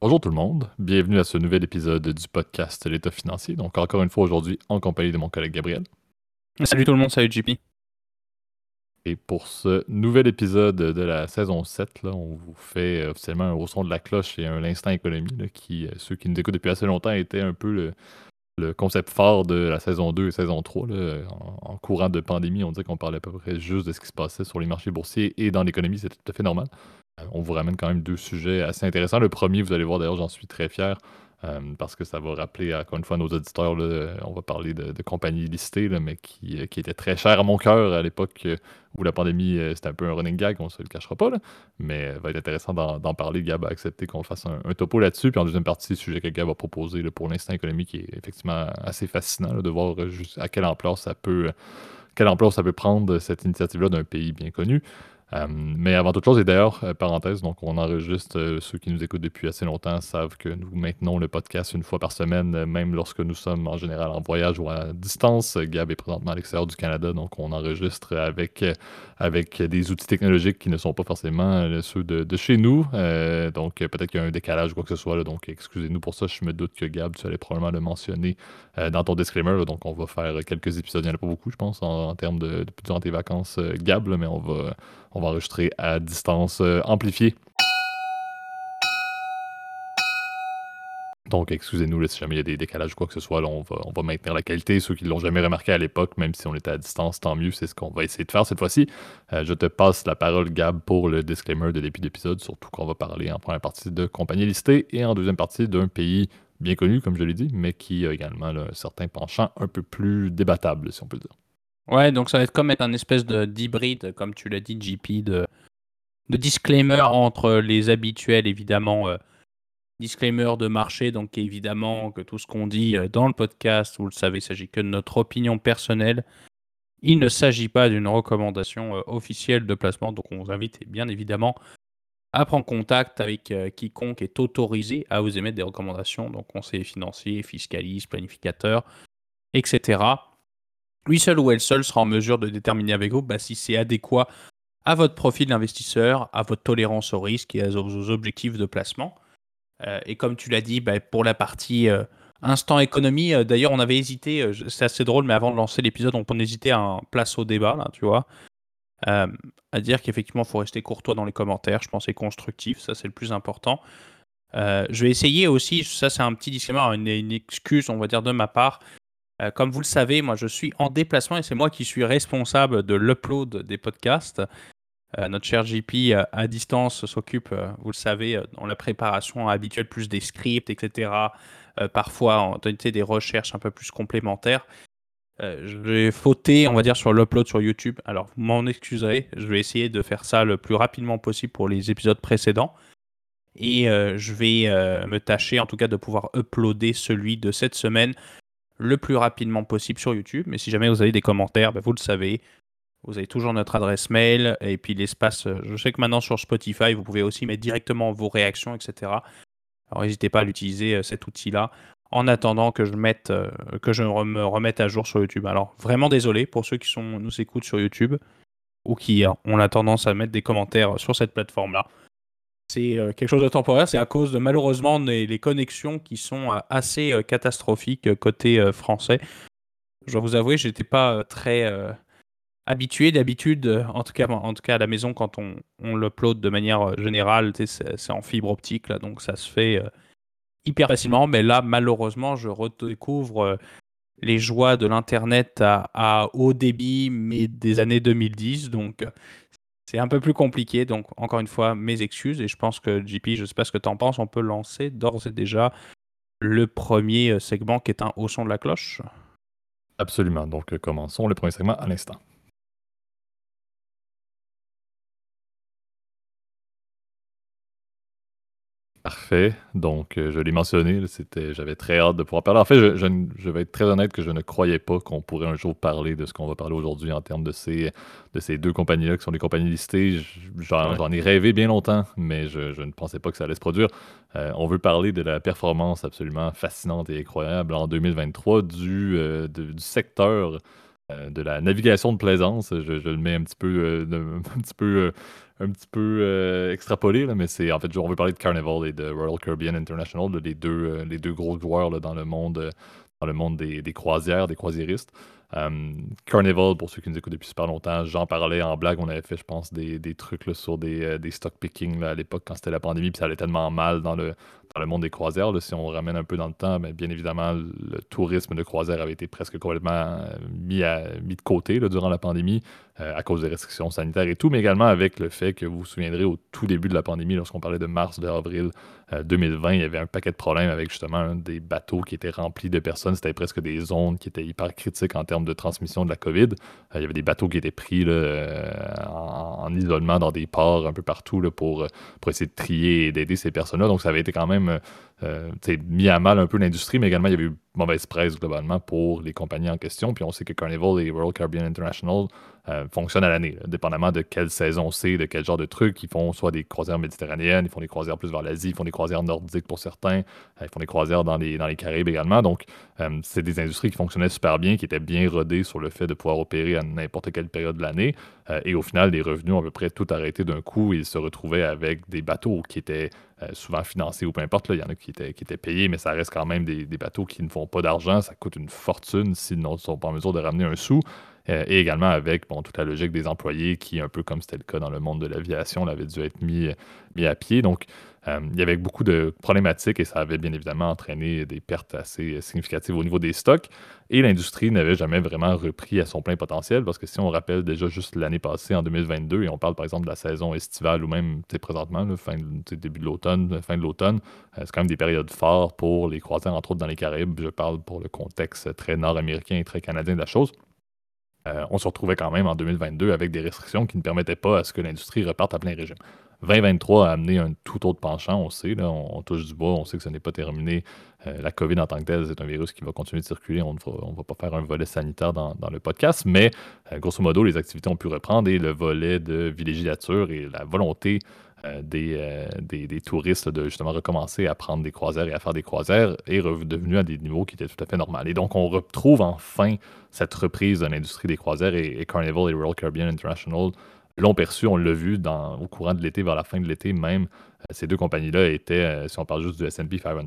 Bonjour tout le monde, bienvenue à ce nouvel épisode du podcast L'État financier. Donc encore une fois aujourd'hui en compagnie de mon collègue Gabriel. Salut tout le monde, salut JP. Et pour ce nouvel épisode de la saison 7, là, on vous fait officiellement un haut son de la cloche et un instant économie, là, qui, ceux qui nous écoutent depuis assez longtemps, était un peu le concept fort de la saison 2 et saison 3. Là. En courant de pandémie, on disait qu'on parlait à peu près juste de ce qui se passait sur les marchés boursiers et dans l'économie, c'est tout à fait normal. On vous ramène quand même deux sujets assez intéressants. Le premier, vous allez voir d'ailleurs, j'en suis très fier, parce que ça va rappeler encore une fois à nos auditeurs, là, on va parler de compagnies listées, là, mais qui étaient très chères à mon cœur à l'époque où la pandémie, c'était un peu un running gag, on se le cachera pas, là. Mais va être intéressant d'en parler. Gab a accepté qu'on fasse un topo là-dessus. Puis en deuxième partie, le sujet que Gab a proposé là, pour l'instant économique qui est effectivement assez fascinant là, de voir juste à quelle ampleur ça peut prendre cette initiative-là d'un pays bien connu. Mais avant toute chose, et d'ailleurs, parenthèse, donc on enregistre, ceux qui nous écoutent depuis assez longtemps savent que nous maintenons le podcast une fois par semaine, même lorsque nous sommes en général en voyage ou à distance. Gab est présentement à l'extérieur du Canada, donc on enregistre avec des outils technologiques qui ne sont pas forcément ceux de chez nous. Donc peut-être qu'il y a un décalage ou quoi que ce soit, là, donc excusez-nous pour ça. Je me doute que Gab, tu allais probablement le mentionner dans ton disclaimer, là, donc on va faire quelques épisodes, il n'y en a pas beaucoup, je pense, en termes durant tes vacances, Gab, là, mais on va enregistrer à distance amplifiée. Donc, excusez-nous là, si jamais il y a des décalages ou quoi que ce soit, là, on va maintenir la qualité. Ceux qui ne l'ont jamais remarqué à l'époque, même si on était à distance, tant mieux, c'est ce qu'on va essayer de faire cette fois-ci. Je te passe la parole, Gab, pour le disclaimer de début d'épisode, surtout qu'on va parler en première partie de compagnie listée et en deuxième partie d'un pays bien connu, comme je l'ai dit, mais qui a également là, un certain penchant un peu plus débattable, si on peut le dire. Ouais, donc ça va être comme être un espèce d'hybride, comme tu l'as dit, JP, de disclaimer entre les habituels, évidemment, disclaimer de marché, donc évidemment que tout ce qu'on dit dans le podcast, vous le savez, il s'agit que de notre opinion personnelle. Il ne s'agit pas d'une recommandation officielle de placement, donc on vous invite bien évidemment à prendre contact avec quiconque est autorisé à vous émettre des recommandations, donc conseiller financier, fiscaliste, planificateur, etc. Lui seul ou elle seule sera en mesure de déterminer avec vous si c'est adéquat à votre profil d'investisseur, à votre tolérance au risque et à vos objectifs de placement. Et comme tu l'as dit, pour la partie instant économie, d'ailleurs on avait hésité, c'est assez drôle, mais avant de lancer l'épisode, on hésitait à un place au débat, là, tu vois, euh, à dire qu'effectivement il faut rester courtois dans les commentaires, je pense, et constructif, ça c'est le plus important. Je vais essayer aussi, ça c'est un petit disclaimer, une excuse, on va dire, de ma part. Comme vous le savez, moi je suis en déplacement et c'est moi qui suis responsable de l'upload des podcasts. Notre cher JP à distance s'occupe, vous le savez, dans la préparation habituelle plus des scripts, etc. Parfois en donner des recherches un peu plus complémentaires. Je vais fauter, on va dire, sur l'upload sur YouTube. Alors vous m'en excuserez, je vais essayer de faire ça le plus rapidement possible pour les épisodes précédents. Et je vais me tâcher en tout cas de pouvoir uploader celui de cette semaine le plus rapidement possible sur YouTube. Mais si jamais vous avez des commentaires, vous le savez, vous avez toujours notre adresse mail et puis l'espace. Je sais que maintenant sur Spotify, vous pouvez aussi mettre directement vos réactions, etc. Alors n'hésitez pas à l'utiliser, cet outil-là, en attendant que me remette à jour sur YouTube. Alors vraiment désolé pour ceux qui nous écoutent sur YouTube ou qui ont la tendance à mettre des commentaires sur cette plateforme-là. C'est quelque chose de temporaire, c'est à cause de malheureusement les connexions qui sont assez catastrophiques côté français. Je dois vous avouer, j'étais pas très habitué d'habitude, en tout cas à la maison quand on l'upload de manière générale, c'est en fibre optique là, donc ça se fait hyper facilement. Mais là, malheureusement, je redécouvre les joies de l'internet à haut débit, mais des années 2010, donc c'est un peu plus compliqué. Donc encore une fois, mes excuses et je pense que JP, je sais pas ce que tu en penses, on peut lancer d'ores et déjà le premier segment qui est un haut son de la cloche. Absolument. Donc, commençons le premier segment à l'instant. Parfait. Donc, je l'ai mentionné, là, j'avais très hâte de pouvoir parler. En fait, je vais être très honnête que je ne croyais pas qu'on pourrait un jour parler de ce qu'on va parler aujourd'hui en termes de ces deux compagnies-là qui sont des compagnies listées. Ouais. J'en ai rêvé bien longtemps, mais je ne pensais pas que ça allait se produire. On veut parler de la performance absolument fascinante et incroyable en 2023 du secteur de la navigation de plaisance. Je le mets un petit peu, extrapolé, là, mais c'est en fait, on veut parler de Carnival et de Royal Caribbean International, là, les deux gros joueurs là, dans le monde des croisières, des croisiéristes. Carnival, pour ceux qui nous écoutent depuis super longtemps, j'en parlais en blague. On avait fait, je pense, des trucs là, sur des stock picking là, à l'époque quand c'était la pandémie, puis ça allait tellement mal dans le monde des croisières. Là, si on ramène un peu dans le temps, mais bien évidemment, le tourisme de croisière avait été presque complètement mis de côté là, durant la pandémie à cause des restrictions sanitaires et tout, mais également avec le fait que vous vous souviendrez au tout début de la pandémie, lorsqu'on parlait de mars, de avril 2020, il y avait un paquet de problèmes avec justement des bateaux qui étaient remplis de personnes. C'était presque des zones qui étaient hyper critiques en termes de transmission de la COVID. Il y avait des bateaux qui étaient pris là, en isolement dans des ports un peu partout là, pour essayer de trier et d'aider ces personnes-là. Donc ça avait été quand même mis à mal un peu l'industrie, mais également il y avait eu mauvaise presse globalement pour les compagnies en question. Puis on sait que Carnival et Royal Caribbean International fonctionnent à l'année, là, dépendamment de quelle saison c'est, de quel genre de trucs. Ils font soit des croisières méditerranéennes, ils font des croisières plus vers l'Asie, ils font des croisières nordiques pour certains, ils font des croisières dans les Caraïbes également. Donc c'est des industries qui fonctionnaient super bien, qui étaient bien rodées sur le fait de pouvoir opérer à n'importe quelle période de l'année. Et au final, les revenus ont à peu près tout arrêté d'un coup. Ils se retrouvaient avec des bateaux qui étaient souvent financés ou peu importe. Là, il y en a qui étaient payés, mais ça reste quand même des bateaux qui ne font pas d'argent. Ça coûte une fortune s'ils ne sont pas en mesure de ramener un sou. Et également avec bon, toute la logique des employés qui, un peu comme c'était le cas dans le monde de l'aviation, avait dû être mis à pied. Donc, il y avait beaucoup de problématiques et ça avait bien évidemment entraîné des pertes assez significatives au niveau des stocks. Et l'industrie n'avait jamais vraiment repris à son plein potentiel parce que si on rappelle déjà juste l'année passée, en 2022, et on parle par exemple de la saison estivale ou même présentement, là, début de l'automne, fin de l'automne, c'est quand même des périodes fortes pour les croisières, entre autres dans les Caraïbes. Je parle pour le contexte très nord-américain et très canadien de la chose. On se retrouvait quand même en 2022 avec des restrictions qui ne permettaient pas à ce que l'industrie reparte à plein régime. 2023 a amené un tout autre penchant, on sait, là, on touche du bois, on sait que ce n'est pas terminé. La COVID en tant que telle, c'est un virus qui va continuer de circuler. On ne va pas faire un volet sanitaire dans le podcast, mais grosso modo, les activités ont pu reprendre et le volet de villégiature et la volonté des touristes de justement recommencer à prendre des croisières et à faire des croisières est redevenu à des niveaux qui étaient tout à fait normaux. Et donc, on retrouve enfin cette reprise de l'industrie des croisières et Carnival et Royal Caribbean International l'ont perçu, on l'a vu au courant de l'été, vers la fin de l'été même. Ces deux compagnies-là étaient, si on parle juste du S&P 500,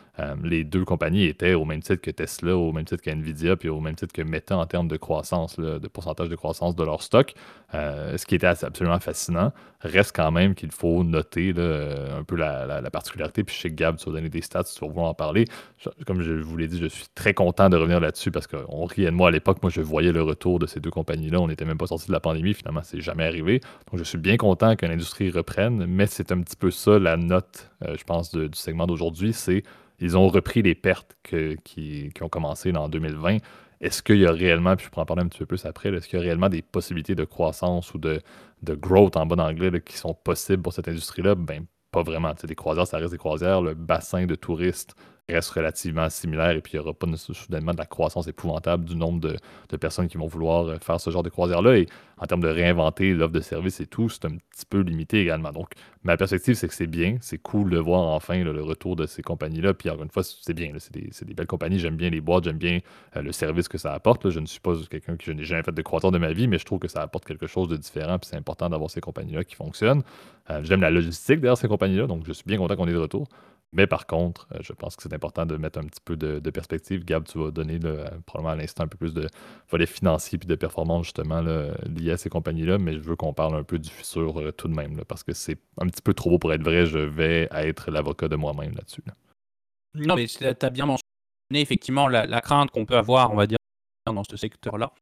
les deux compagnies étaient au même titre que Tesla, au même titre qu'NVIDIA, puis au même titre que Meta en termes de croissance, là, de pourcentage de croissance de leur stock. Ce qui était absolument fascinant. Reste quand même qu'il faut noter là, un peu la particularité. Puis je sais que Gab, tu vas donner des stats, tu vas vouloir en parler. Comme je vous l'ai dit, je suis très content de revenir là-dessus parce qu'on riait de moi à l'époque. Moi, je voyais le retour de ces deux compagnies-là. On n'était même pas sorti de la pandémie. Finalement, c'est jamais arrivé. Donc, je suis bien content que l'industrie reprenne, mais c'est un petit peu ça la note, je pense, du segment d'aujourd'hui. C'est ils ont repris les pertes qui ont commencé en 2020. Est-ce qu'il y a réellement, puis je pourrais en parler un petit peu plus après, est-ce qu'il y a réellement des possibilités de croissance ou de growth en bon anglais là, qui sont possibles pour cette industrie-là? Ben, pas vraiment. Tu sais, des croisières, ça reste des croisières. Le bassin de touristes reste relativement similaire et puis il n'y aura pas soudainement de la croissance épouvantable du nombre de personnes qui vont vouloir faire ce genre de croisière-là. Et en termes de réinventer l'offre de service et tout, c'est un petit peu limité également. Donc, ma perspective, c'est que c'est bien. C'est cool de voir enfin là, le retour de ces compagnies-là. Puis encore une fois, c'est bien. Là, c'est des belles compagnies. J'aime bien les boîtes, j'aime bien le service que ça apporte. Là. Je ne suis pas quelqu'un qui je n'ai jamais fait de croisière de ma vie, mais je trouve que ça apporte quelque chose de différent. Puis c'est important d'avoir ces compagnies-là qui fonctionnent. J'aime la logistique derrière ces compagnies-là, donc je suis bien content qu'on est de retour. Mais par contre, je pense que c'est important de mettre un petit peu de perspective. Gab, tu vas donner là, probablement à l'instant un peu plus de volet financier puis de performance justement là, lié à ces compagnies-là, mais je veux qu'on parle un peu du futur tout de même, là, parce que c'est un petit peu trop beau pour être vrai. Je vais être l'avocat de moi-même là-dessus. Là. Non, mais tu as bien mentionné effectivement la crainte qu'on peut avoir, on va dire, dans ce secteur-là.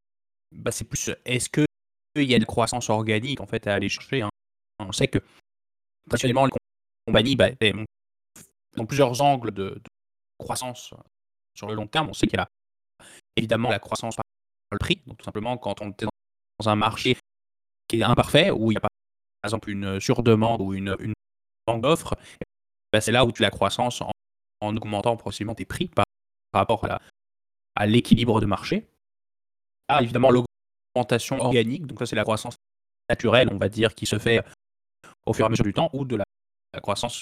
Bah, c'est plus, est-ce qu'il y a une croissance organique en fait à aller chercher, hein. On sait que traditionnellement, les compagnies ont plusieurs angles de croissance sur le long terme. On sait qu'il y a évidemment la croissance par le prix. Donc, tout simplement, quand on est dans un marché qui est imparfait, où il y a par exemple une surdemande ou une manque d'offres, bah, c'est là où tu as la croissance en augmentant progressivement tes prix par rapport à l'équilibre de marché. Ah, évidemment, l'augmentation organique, donc ça c'est la croissance naturelle, on va dire, qui se fait au fur et à mesure du temps, ou de la croissance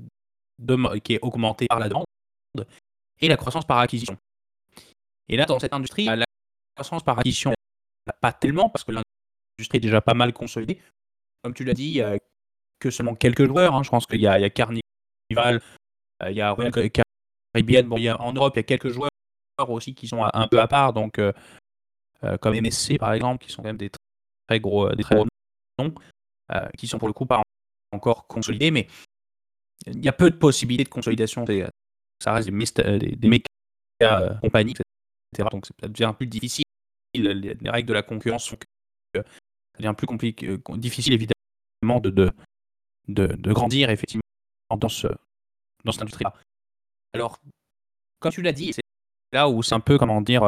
qui est augmentée par la demande, et la croissance par acquisition. Et là, dans cette industrie, la croissance par acquisition, pas tellement, parce que l'industrie est déjà pas mal consolidée. Comme tu l'as dit, il n'y a que seulement quelques joueurs. Hein. Je pense qu'il y a Carnival, il y a Royal Caribbean. Bon, en Europe, il y a quelques joueurs aussi qui sont un peu à part, donc comme MSC par exemple, qui sont quand même des très gros noms, qui sont pour le coup pas encore consolidés, mais il y a peu de possibilités de consolidation. Ça reste des méga compagnies, etc. Donc ça devient plus difficile. Les règles de la concurrence font que ça devient plus compliqué, difficile évidemment de grandir effectivement dans cette industrie-là. Alors, comme tu l'as dit, c'est là où c'est un peu, comment dire,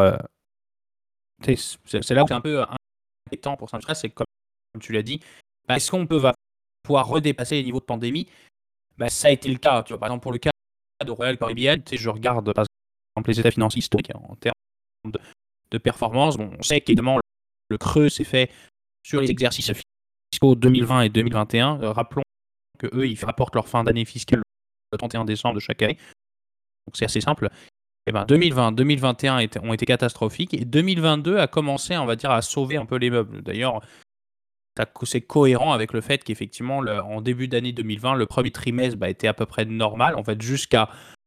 c'est là où c'est un peu inquiétant pour cette industrie, c'est comme tu l'as dit, est-ce qu'on peut pouvoir redépasser les niveaux de pandémie? Ça a été le cas. Tu vois, par exemple, pour le cas de Royal Caribbean, je regarde par exemple les états financiers historiques en termes de performance. Bon, on sait qu'évidemment, le creux s'est fait sur les exercices fiscaux 2020 et 2021. Rappelons que eux, ils rapportent leur fin d'année fiscale le 31 décembre de chaque année. Donc c'est assez simple. Et 2020, 2021 ont été catastrophiques et 2022 a commencé, on va dire, à sauver un peu les meubles. D'ailleurs, c'est cohérent avec le fait qu'effectivement, en début d'année 2020, le premier trimestre était à peu près normal. En fait, jusqu'à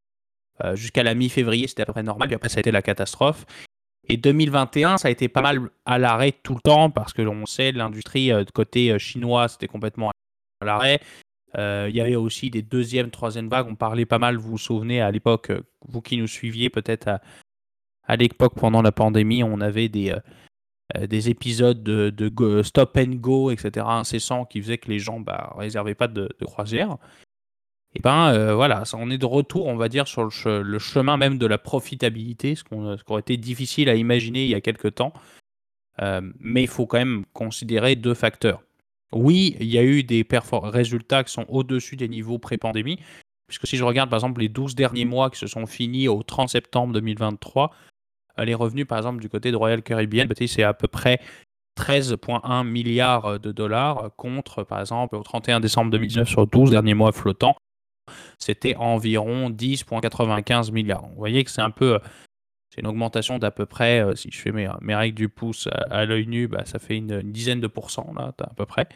la mi-février, c'était à peu près normal. Puis après, ça a été la catastrophe. Et 2021, ça a été pas mal à l'arrêt tout le temps parce que l'on sait, l'industrie de côté chinois, c'était complètement à l'arrêt. Il y avait aussi des deuxième, troisième vagues. On parlait pas mal, vous vous souvenez, à l'époque, vous qui nous suiviez peut-être à l'époque pendant la pandémie, on avait des épisodes de stop and go, etc., incessants qui faisaient que les gens réservaient pas de croisière. Et voilà, on est de retour, on va dire, sur le chemin même de la profitabilité, ce qui aurait été difficile à imaginer il y a quelques temps. Mais il faut quand même considérer deux facteurs. Oui, il y a eu des résultats qui sont au-dessus des niveaux pré-pandémie, puisque si je regarde par exemple les 12 derniers mois qui se sont finis au 30 septembre 2023, les revenus par exemple du côté de Royal Caribbean, c'est à peu près 13,1 milliards de dollars contre par exemple au 31 décembre 2019 sur 12 derniers mois flottants, c'était environ 10,95 milliards. Vous voyez que c'est un peu... C'est une augmentation d'à peu près, si je fais mes règles du pouce à l'œil nu, ça fait une dizaine de pourcents, là, à peu près.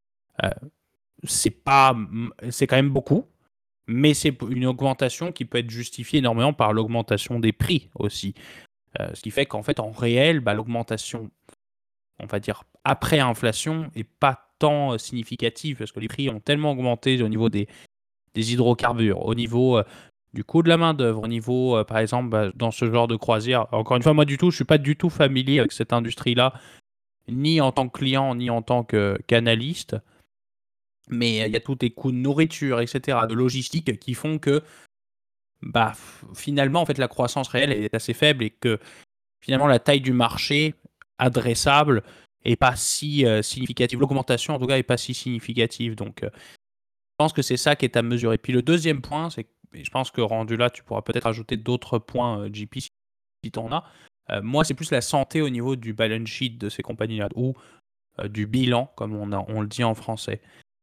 C'est quand même beaucoup, mais c'est une augmentation qui peut être justifiée énormément par l'augmentation des prix aussi. Ce qui fait qu'en fait, en réel, l'augmentation, on va dire, après inflation, n'est pas tant significative, parce que les prix ont tellement augmenté au niveau des hydrocarbures, au niveau du coût de la main-d'œuvre, au niveau, par exemple, dans ce genre de croisière. Encore une fois, moi, je ne suis pas du tout familier avec cette industrie-là, ni en tant que client, ni en tant qu'analyste. Mais il y a tous les coûts de nourriture, etc., de logistique, qui font que, finalement, en fait, la croissance réelle est assez faible et que, finalement, la taille du marché adressable n'est pas si significative. L'augmentation, en tout cas, n'est pas si significative. Donc, je pense que c'est ça qui est à mesurer. Puis le deuxième point, c'est que je pense que rendu là, tu pourras peut-être ajouter d'autres points, JP, si tu en as. Moi, c'est plus la santé au niveau du balance sheet de ces compagnies-là, ou du bilan, comme on le dit en français.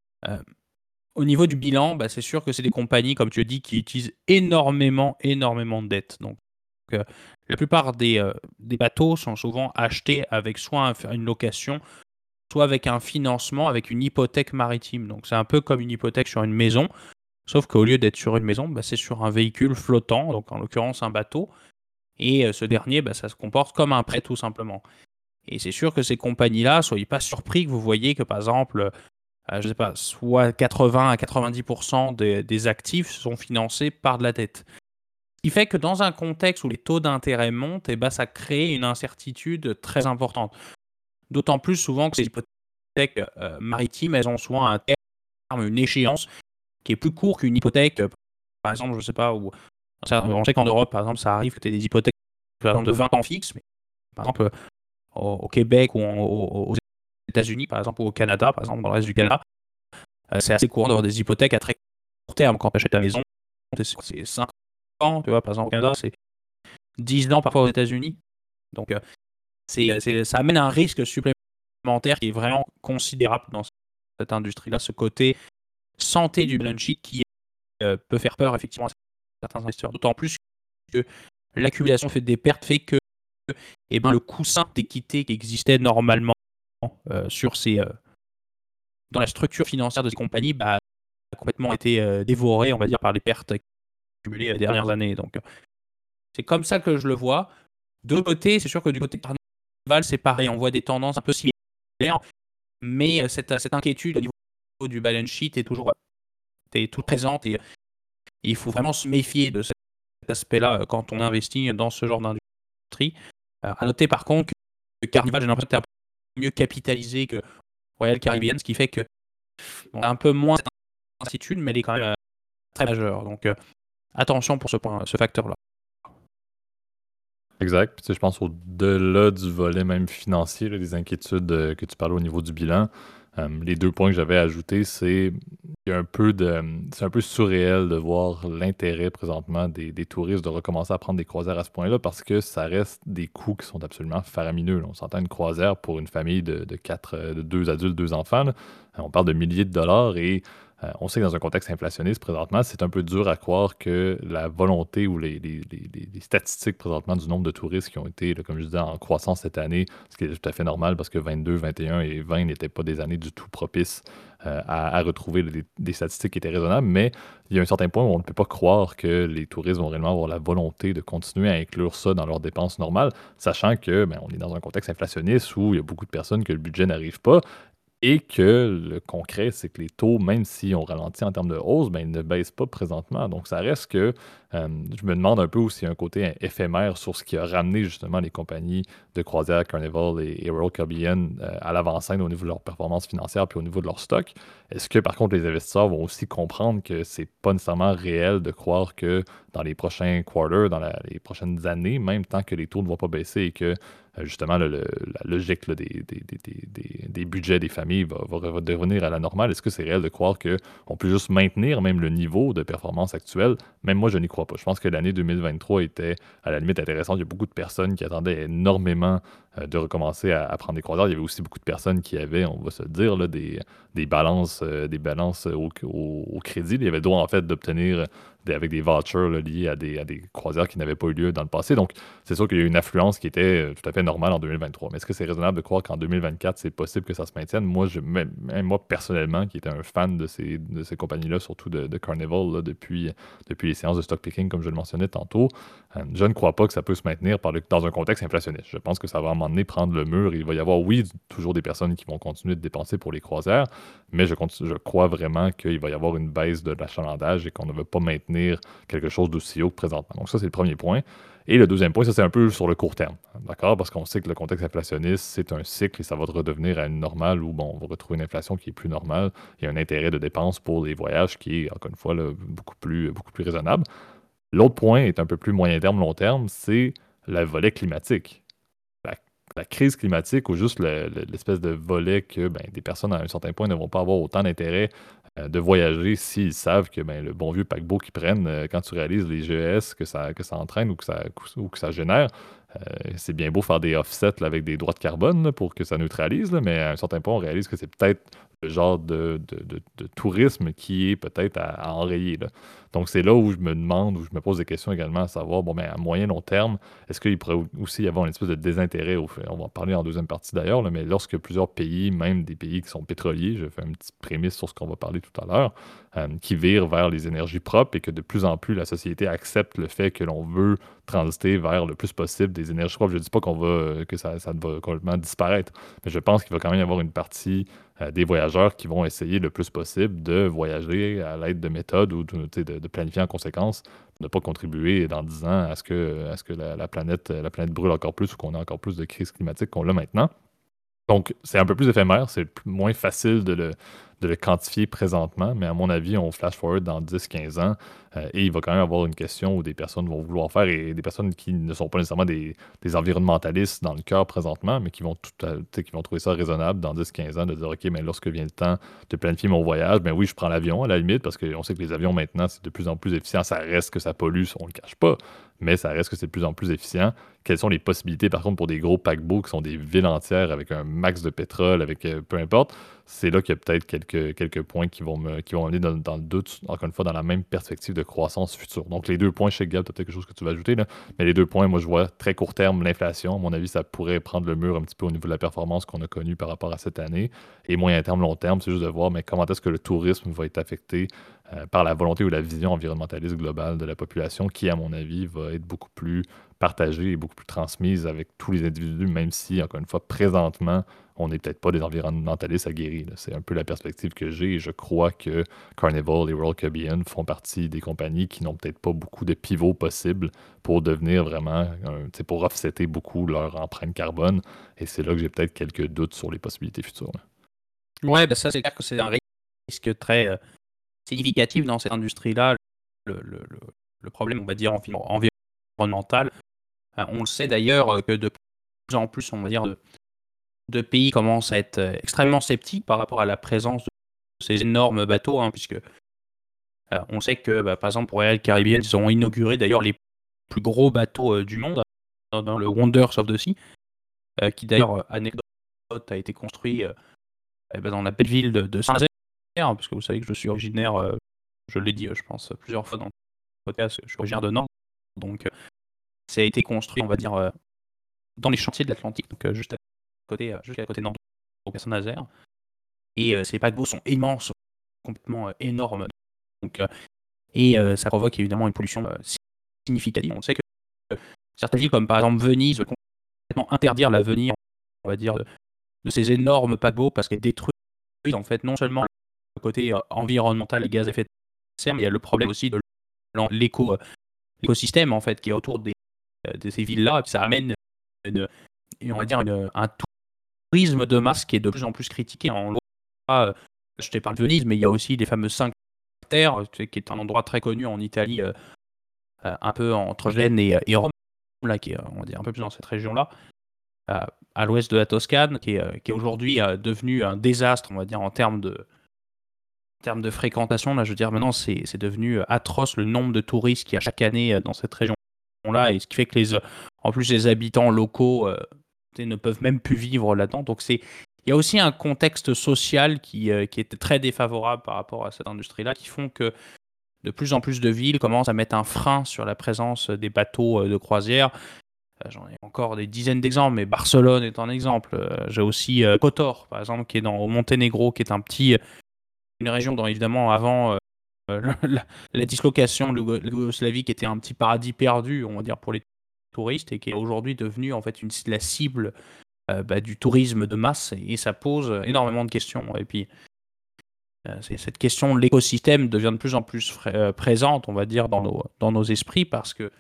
Au niveau du bilan, c'est sûr que c'est des compagnies, comme tu as dit, qui utilisent énormément de dettes. Donc, la plupart des bateaux sont souvent achetés avec soit une location, soit avec un financement, avec une hypothèque maritime. Donc, c'est un peu comme une hypothèque sur une maison, sauf qu'au lieu d'être sur une maison, c'est sur un véhicule flottant, donc en l'occurrence un bateau. Et ce dernier, ça se comporte comme un prêt tout simplement. Et c'est sûr que ces compagnies-là, soyez pas surpris que vous voyez que par exemple, je sais pas, soit 80 à 90% des actifs sont financés par de la dette. Ce qui fait que dans un contexte où les taux d'intérêt montent, ça crée une incertitude très importante. D'autant plus souvent que ces hypothèques maritimes, elles ont souvent un terme, une échéance qui est plus court qu'une hypothèque, par exemple, je sais pas, où on sait qu'en Europe, par exemple, ça arrive que tu aies des hypothèques par exemple, de 20 ans fixes, mais par exemple, au Québec ou aux États-Unis, par exemple, ou au Canada, par exemple, dans le reste du Canada, c'est assez courant d'avoir des hypothèques à très court terme. Quand tu achètes ta maison, c'est 5 ans, tu vois, par exemple, au Canada, c'est 10 ans parfois aux États-Unis. Donc, ça amène un risque supplémentaire qui est vraiment considérable dans cette industrie-là, ce côté santé du balance sheet qui peut faire peur effectivement à certains investisseurs. D'autant plus que l'accumulation fait des pertes fait que et ben, le coussin d'équité qui existait normalement sur dans la structure financière de ces compagnies a complètement été dévoré, on va dire, par les pertes accumulées les dernières années. Donc, c'est comme ça que je le vois. De l'autre côté, c'est sûr que du côté de Carnival, c'est pareil. On voit des tendances un peu similaires, mais cette inquiétude au niveau du balance sheet est toujours présente et il faut vraiment se méfier de cet aspect-là quand on investit dans ce genre d'industrie. À noter par contre que Carnival, j'ai l'impression que c'est un peu mieux capitalisé que Royal Caribbean, ce qui fait que on a un peu moins cette incertitude, mais elle est quand même très majeure. Donc attention pour ce facteur-là. Exact. Puis, tu sais, je pense au-delà du volet même financier, là, des inquiétudes que tu parlais au niveau du bilan. Les 2 points que j'avais ajoutés, c'est il y a un peu c'est un peu surréel de voir l'intérêt présentement des touristes de recommencer à prendre des croisières à ce point-là parce que ça reste des coûts qui sont absolument faramineux, là. On s'entend une croisière pour une famille de 4, de 2 adultes, 2 enfants, là. On parle de milliers de dollars et on sait que dans un contexte inflationniste présentement, c'est un peu dur à croire que la volonté ou les statistiques présentement du nombre de touristes qui ont été, là, comme je disais, en croissance cette année, ce qui est tout à fait normal parce que 22, 21 et 20 n'étaient pas des années du tout propices à retrouver des statistiques qui étaient raisonnables, mais il y a un certain point où on ne peut pas croire que les touristes vont réellement avoir la volonté de continuer à inclure ça dans leurs dépenses normales, sachant que on est dans un contexte inflationniste où il y a beaucoup de personnes que le budget n'arrive pas. Et que le concret, c'est que les taux, même si on ralentit en termes de hausse, ils ne baissent pas présentement. Donc, ça reste que je me demande un peu s'il y a un côté éphémère sur ce qui a ramené justement les compagnies de croisière Carnival et Royal Caribbean à l'avant-scène au niveau de leur performance financière puis au niveau de leur stock. Est-ce que par contre les investisseurs vont aussi comprendre que c'est pas nécessairement réel de croire que dans les prochains quarters, dans les prochaines années, même tant que les taux ne vont pas baisser et que justement, la logique là, des budgets des familles va revenir à la normale. Est-ce que c'est réel de croire qu'on peut juste maintenir même le niveau de performance actuel? Même moi, je n'y crois pas. Je pense que l'année 2023 était à la limite intéressante. Il y a beaucoup de personnes qui attendaient énormément de recommencer à prendre des croisières. Il y avait aussi beaucoup de personnes qui avaient, on va se le dire, là, des balances au crédit. Il y avait le droit en fait d'obtenir avec des vouchers là, liés à des croisières qui n'avaient pas eu lieu dans le passé. Donc, c'est sûr qu'il y a eu une affluence qui était tout à fait normale en 2023. Mais est-ce que c'est raisonnable de croire qu'en 2024, c'est possible que ça se maintienne? Moi, même moi, personnellement, qui étais un fan de ces compagnies-là, surtout de Carnival, là, depuis les séances de stock picking, comme je le mentionnais tantôt, je ne crois pas que ça peut se maintenir dans un contexte inflationniste. Je pense que ça va à un moment donné prendre le mur. Il va y avoir, oui, toujours des personnes qui vont continuer de dépenser pour les croisières, mais je crois vraiment qu'il va y avoir une baisse de l'achalandage et qu'on ne va pas maintenir quelque chose d'aussi haut que présentement. Donc ça, c'est le premier point. Et le deuxième point, ça c'est un peu sur le court terme, d'accord? Parce qu'on sait que le contexte inflationniste, c'est un cycle et ça va redevenir à une normale où, bon, on va retrouver une inflation qui est plus normale. Il y a un intérêt de dépenses pour les voyages qui est, encore une fois, là, beaucoup plus raisonnable. L'autre point est un peu plus moyen terme, long terme, c'est le volet climatique. La, la crise climatique ou juste l'espèce de volet que des personnes à un certain point ne vont pas avoir autant d'intérêt de voyager s'ils savent que le bon vieux paquebot qu'ils prennent quand tu réalises les GES que ça entraîne ou que ça génère, c'est bien beau faire des offsets là, avec des droits de carbone là, pour que ça neutralise, là, mais à un certain point, on réalise que c'est peut-être le genre de tourisme qui est peut-être à enrayer, là. Donc, c'est là où je me demande, où je me pose des questions également à savoir, à moyen long terme, est-ce qu'il pourrait aussi y avoir une espèce de désintérêt au fait? On va en parler en deuxième partie d'ailleurs, là, mais lorsque plusieurs pays, même des pays qui sont pétroliers, je fais une petite prémisse sur ce qu'on va parler tout à l'heure, qui virent vers les énergies propres et que de plus en plus la société accepte le fait que l'on veut transiter vers le plus possible des énergies propres. Je ne dis pas que ça va complètement disparaître, mais je pense qu'il va quand même y avoir une partie des voyageurs qui vont essayer le plus possible de voyager à l'aide de méthodes ou de planifier en conséquence, de ne pas contribuer dans 10 ans à ce que la planète brûle encore plus ou qu'on ait encore plus de crises climatiques qu'on l'a maintenant. Donc, c'est un peu plus éphémère, c'est moins facile de le quantifier présentement, mais à mon avis, on flash forward dans 10-15 ans et il va quand même avoir une question où des personnes vont vouloir faire, et des personnes qui ne sont pas nécessairement des environnementalistes dans le cœur présentement, mais qui vont qui vont trouver ça raisonnable dans 10-15 ans de dire, OK, mais lorsque vient le temps de planifier mon voyage, oui, je prends l'avion à la limite, parce qu'on sait que les avions maintenant, c'est de plus en plus efficient, ça reste que ça pollue, on ne le cache pas, mais ça reste que c'est de plus en plus efficient. Quelles sont les possibilités, par contre, pour des gros paquebots qui sont des villes entières avec un max de pétrole, avec peu importe, c'est là qu'il y a peut-être quelques points qui vont amener dans le doute, encore une fois, dans la même perspective de croissance future. Donc, les 2 points, chez Gab, tu as peut-être quelque chose que tu vas ajouter, là, mais les 2 points, moi, je vois très court terme, l'inflation. À mon avis, ça pourrait prendre le mur un petit peu au niveau de la performance qu'on a connue par rapport à cette année. Et moyen terme, long terme, c'est juste de voir mais comment est-ce que le tourisme va être affecté par la volonté ou la vision environnementaliste globale de la population, qui, à mon avis, va être beaucoup plus partagée et beaucoup plus transmise avec tous les individus, même si, encore une fois, présentement, on n'est peut-être pas des environnementalistes aguerris, là. C'est un peu la perspective que j'ai et je crois que Carnival et Royal Caribbean font partie des compagnies qui n'ont peut-être pas beaucoup de pivots possibles pour devenir vraiment, pour offsetter beaucoup leur empreinte carbone. Et c'est là que j'ai peut-être quelques doutes sur les possibilités futures, là. Ouais, bah ça c'est clair que c'est un risque très significatif dans cette industrie-là. Le, le- le- le problème, on va dire, environnemental. On le sait d'ailleurs que de plus en plus, on va dire, de pays commencent à être extrêmement sceptiques par rapport à la présence de ces énormes bateaux, hein, puisque on sait que, bah, par exemple, pour Royal Caribbean, ils ont inauguré d'ailleurs les plus gros bateaux du monde, dans le Wonders of the Sea, qui d'ailleurs, anecdote, a été construit dans la belle ville de Saint-Nazaire, hein, parce que vous savez que je suis originaire, je l'ai dit, je pense, plusieurs fois dans le podcast, je suis originaire de Nantes, donc ça a été construit, on va dire, dans les chantiers de l'Atlantique, donc juste à côté de Nantes, donc à Saint-Nazaire. Et ces paquebots sont immenses, complètement énormes. Donc, ça provoque évidemment une pollution significative. On sait que certaines villes, comme par exemple Venise, veulent complètement interdire l'avenir, on va dire, de ces énormes paquebots parce qu'elles détruisent en fait non seulement le côté environnemental, les gaz à effet de serre, mais il y a le problème aussi de l'écosystème en fait qui est autour de ces villes-là. Et puis ça amène on va dire un tourisme de masse qui est de plus en plus critiqué. On le voit, je t'ai parlé de Venise, mais il y a aussi les fameux 5 terres, qui est un endroit très connu en Italie, un peu entre Gênes et Rome, là, qui est, on va dire, un peu plus dans cette région-là, à l'ouest de la Toscane, qui est aujourd'hui devenu un désastre, on va dire, en termes de fréquentation. Là, je veux dire, maintenant, c'est devenu atroce le nombre de touristes qu'il y a chaque année dans cette région-là, et ce qui fait que en plus, les habitants locaux ne peuvent même plus vivre là-dedans. Donc, il y a aussi un contexte social qui était très défavorable par rapport à cette industrie-là, qui font que de plus en plus de villes commencent à mettre un frein sur la présence des bateaux de croisière. J'en ai encore des dizaines d'exemples, mais Barcelone est un exemple. J'ai aussi Kotor, par exemple, qui est au Monténégro, qui est une région dont, évidemment, avant la dislocation de Yougoslavie, qui était un petit paradis perdu, on va dire, pour les touristes, et qui est aujourd'hui devenue en fait la cible du tourisme de masse, et ça pose énormément de questions. Et puis, cette question de l'écosystème devient de plus en plus présente, on va dire, dans nos esprits, parce que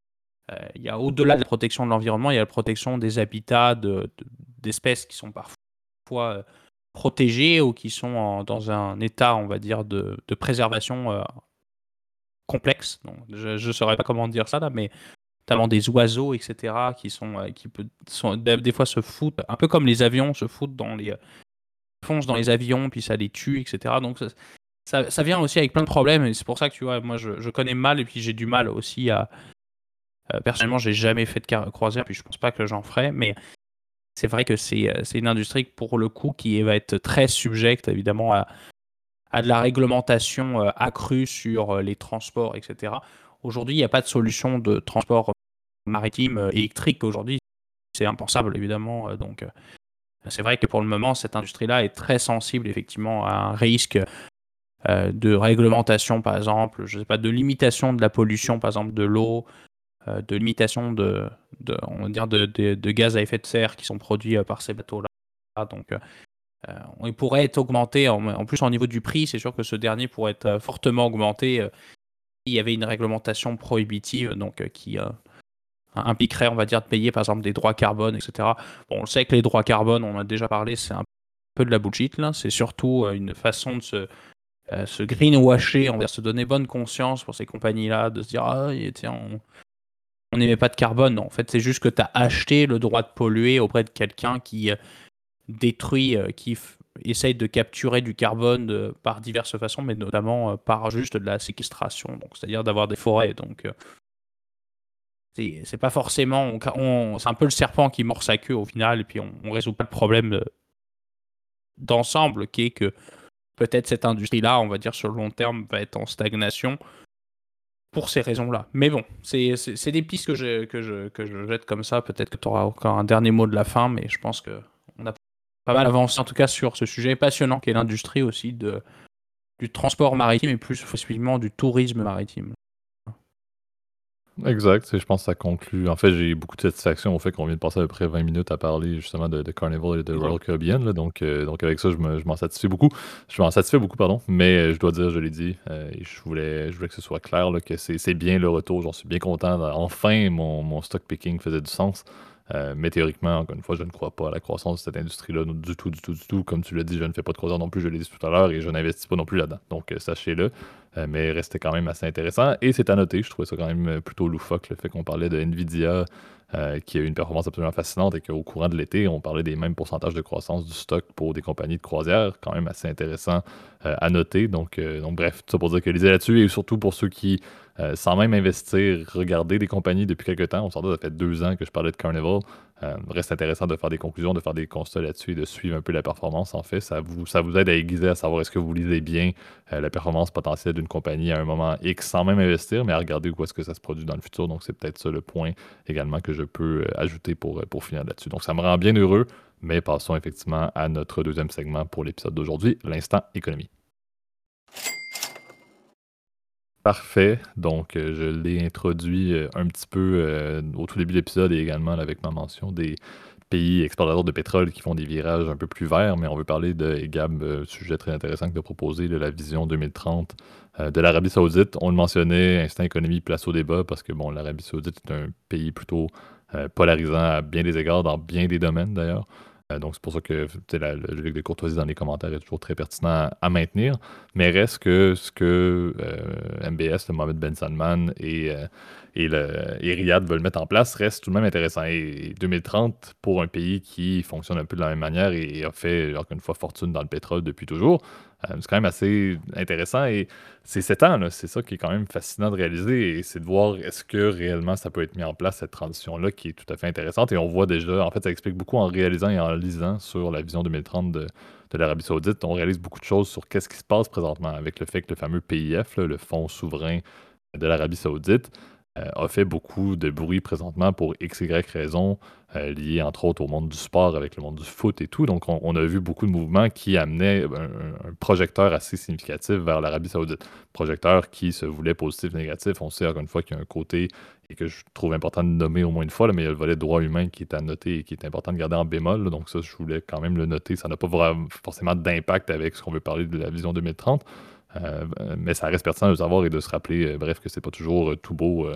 il y a au-delà de la protection de l'environnement, il y a la protection des habitats d'espèces qui sont parfois protégées ou qui sont dans un état, on va dire, de préservation complexe. Donc, je ne saurais pas comment dire ça là, mais notamment des oiseaux, etc., qui des fois se foutent, un peu comme les avions se foutent foncent dans les avions, puis ça les tue, etc. Donc ça vient aussi avec plein de problèmes, et c'est pour ça que tu vois, moi je connais mal, et puis j'ai du mal aussi à. Personnellement, j'ai jamais fait de croisière, puis je pense pas que j'en ferai, mais c'est vrai que c'est une industrie pour le coup qui va être très subjecte évidemment à de la réglementation accrue sur les transports, etc. Aujourd'hui, il n'y a pas de solution de transport maritime électrique. Aujourd'hui, c'est impensable évidemment. Donc, c'est vrai que pour le moment, cette industrie-là est très sensible effectivement à un risque de réglementation, par exemple, je sais pas, de limitation de la pollution, par exemple, de l'eau, de limitation on va dire de gaz à effet de serre qui sont produits par ces bateaux-là. Donc, il pourrait être augmenté. En plus, au niveau du prix, c'est sûr que ce dernier pourrait être fortement augmenté s'il y avait une réglementation prohibitive, donc qui impliquerait, on va dire, de payer par exemple des droits carbone, etc. Bon, on sait que les droits carbone, on en a déjà parlé, c'est un peu de la bullshit là. C'est surtout une façon de se greenwasher, on va se donner bonne conscience pour ces compagnies-là, de se dire ah tiens, on n'émet pas de carbone. Non, en fait, c'est juste que tu as acheté le droit de polluer auprès de quelqu'un qui détruit, essaye de capturer du carbone par diverses façons, mais notamment par juste de la séquestration, donc c'est-à-dire d'avoir des forêts. Donc c'est pas forcément, c'est un peu le serpent qui mord sa queue au final, et puis on résout pas le problème d'ensemble qui est que peut-être cette industrie-là, on va dire sur le long terme, va être en stagnation pour ces raisons-là. Mais bon, c'est des pistes que je jette comme ça. Peut-être que tu auras encore un dernier mot de la fin, mais je pense qu'on a pas mal avancé en tout cas sur ce sujet passionnant qui est l'industrie aussi du transport maritime et plus spécifiquement du tourisme maritime. Exact, je pense que ça conclut. En fait, j'ai beaucoup de satisfaction au fait qu'on vient de passer à peu près 20 minutes à parler justement de Carnival et de Royal Caribbean. Là, donc avec ça, je m'en satisfais beaucoup. Je m'en satisfais beaucoup, pardon. Mais je dois dire, je l'ai dit, et je voulais que ce soit clair là, que c'est bien le retour. J'en suis bien content. Enfin, mon stock picking faisait du sens. Mais théoriquement, encore une fois, je ne crois pas à la croissance de cette industrie-là du tout, du tout, du tout. Comme tu l'as dit, je ne fais pas de croisière non plus, je l'ai dit tout à l'heure, et je n'investis pas non plus là-dedans. Donc, sachez-le. Mais restait quand même assez intéressant. Et c'est à noter, je trouvais ça quand même plutôt loufoque, le fait qu'on parlait de Nvidia, qui a eu une performance absolument fascinante et qu'au courant de l'été, on parlait des mêmes pourcentages de croissance du stock pour des compagnies de croisière, quand même assez intéressant à noter. Donc bref, tout ça pour dire que lisez là-dessus, et surtout pour ceux qui, sans même investir, regardaient des compagnies depuis quelques temps, on s'entend, ça fait 2 ans que je parlais de Carnival, reste intéressant de faire des conclusions, de faire des constats là-dessus et de suivre un peu la performance. En fait, ça vous aide à aiguiser, à savoir est-ce que vous lisez bien la performance potentielle d'une compagnie à un moment X sans même investir, mais à regarder où est-ce que ça se produit dans le futur. Donc, c'est peut-être ça le point également que je peux ajouter pour finir là-dessus. Donc, ça me rend bien heureux, mais passons effectivement à notre deuxième segment pour l'épisode d'aujourd'hui, l'instant économie. Parfait. Donc, je l'ai introduit un petit peu au tout début de l'épisode et également là, avec ma mention des pays exportateurs de pétrole qui font des virages un peu plus verts, mais on veut parler de, et Gab, sujet très intéressant que de proposer, de la vision 2030 de l'Arabie Saoudite. On le mentionnait, instant économie, place au débat, parce que bon, l'Arabie Saoudite est un pays plutôt polarisant à bien des égards, dans bien des domaines d'ailleurs. Donc, c'est pour ça que le jeu de courtoisie dans les commentaires est toujours très pertinent à maintenir. Mais reste que ce que MBS, le Mohamed Ben Salman et Riyad veulent mettre en place reste tout de même intéressant. Et 2030, pour un pays qui fonctionne un peu de la même manière et a fait, encore une fois, fortune dans le pétrole depuis toujours, c'est quand même assez intéressant. Et c'est 7 ans, là, c'est ça qui est quand même fascinant de réaliser. Et c'est de voir est-ce que réellement ça peut être mis en place, cette transition-là, qui est tout à fait intéressante. Et on voit déjà, en fait, ça explique beaucoup en réalisant et en lisant sur la vision 2030 de l'Arabie Saoudite. On réalise beaucoup de choses sur qu'est-ce qui se passe présentement avec le fait que le fameux PIF, là, le Fonds souverain de l'Arabie Saoudite, a fait beaucoup de bruit présentement pour X, Y raisons, liées entre autres au monde du sport avec le monde du foot et tout. Donc, on a vu beaucoup de mouvements qui amenaient un projecteur assez significatif vers l'Arabie Saoudite. Projecteur qui se voulait positif, négatif. On sait encore une fois qu'il y a un côté et que je trouve important de nommer au moins une fois, là, mais il y a le volet droit humain qui est à noter et qui est important de garder en bémol. Là. Donc, ça, je voulais quand même le noter. Ça n'a pas forcément d'impact avec ce qu'on veut parler de la vision 2030. Mais ça reste pertinent de savoir et de se rappeler, bref, que c'est pas toujours tout beau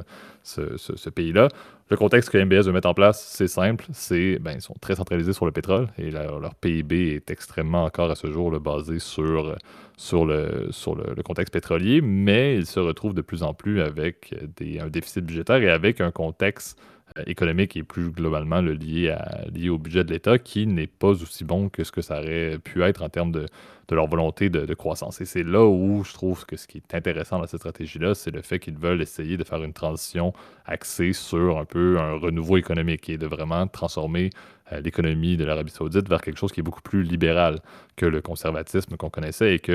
ce pays-là. Le contexte que MBS veut mettre en place, c'est simple, ils sont très centralisés sur le pétrole et leur PIB est extrêmement encore à ce jour là, basé sur le contexte pétrolier, mais ils se retrouvent de plus en plus avec un déficit budgétaire et avec un contexte économique et plus globalement lié au budget de l'État qui n'est pas aussi bon que ce que ça aurait pu être en termes de leur volonté de croissance. Et c'est là où je trouve que ce qui est intéressant dans cette stratégie-là, c'est le fait qu'ils veulent essayer de faire une transition axée sur un peu un renouveau économique et de vraiment transformer l'économie de l'Arabie Saoudite vers quelque chose qui est beaucoup plus libéral que le conservatisme qu'on connaissait et que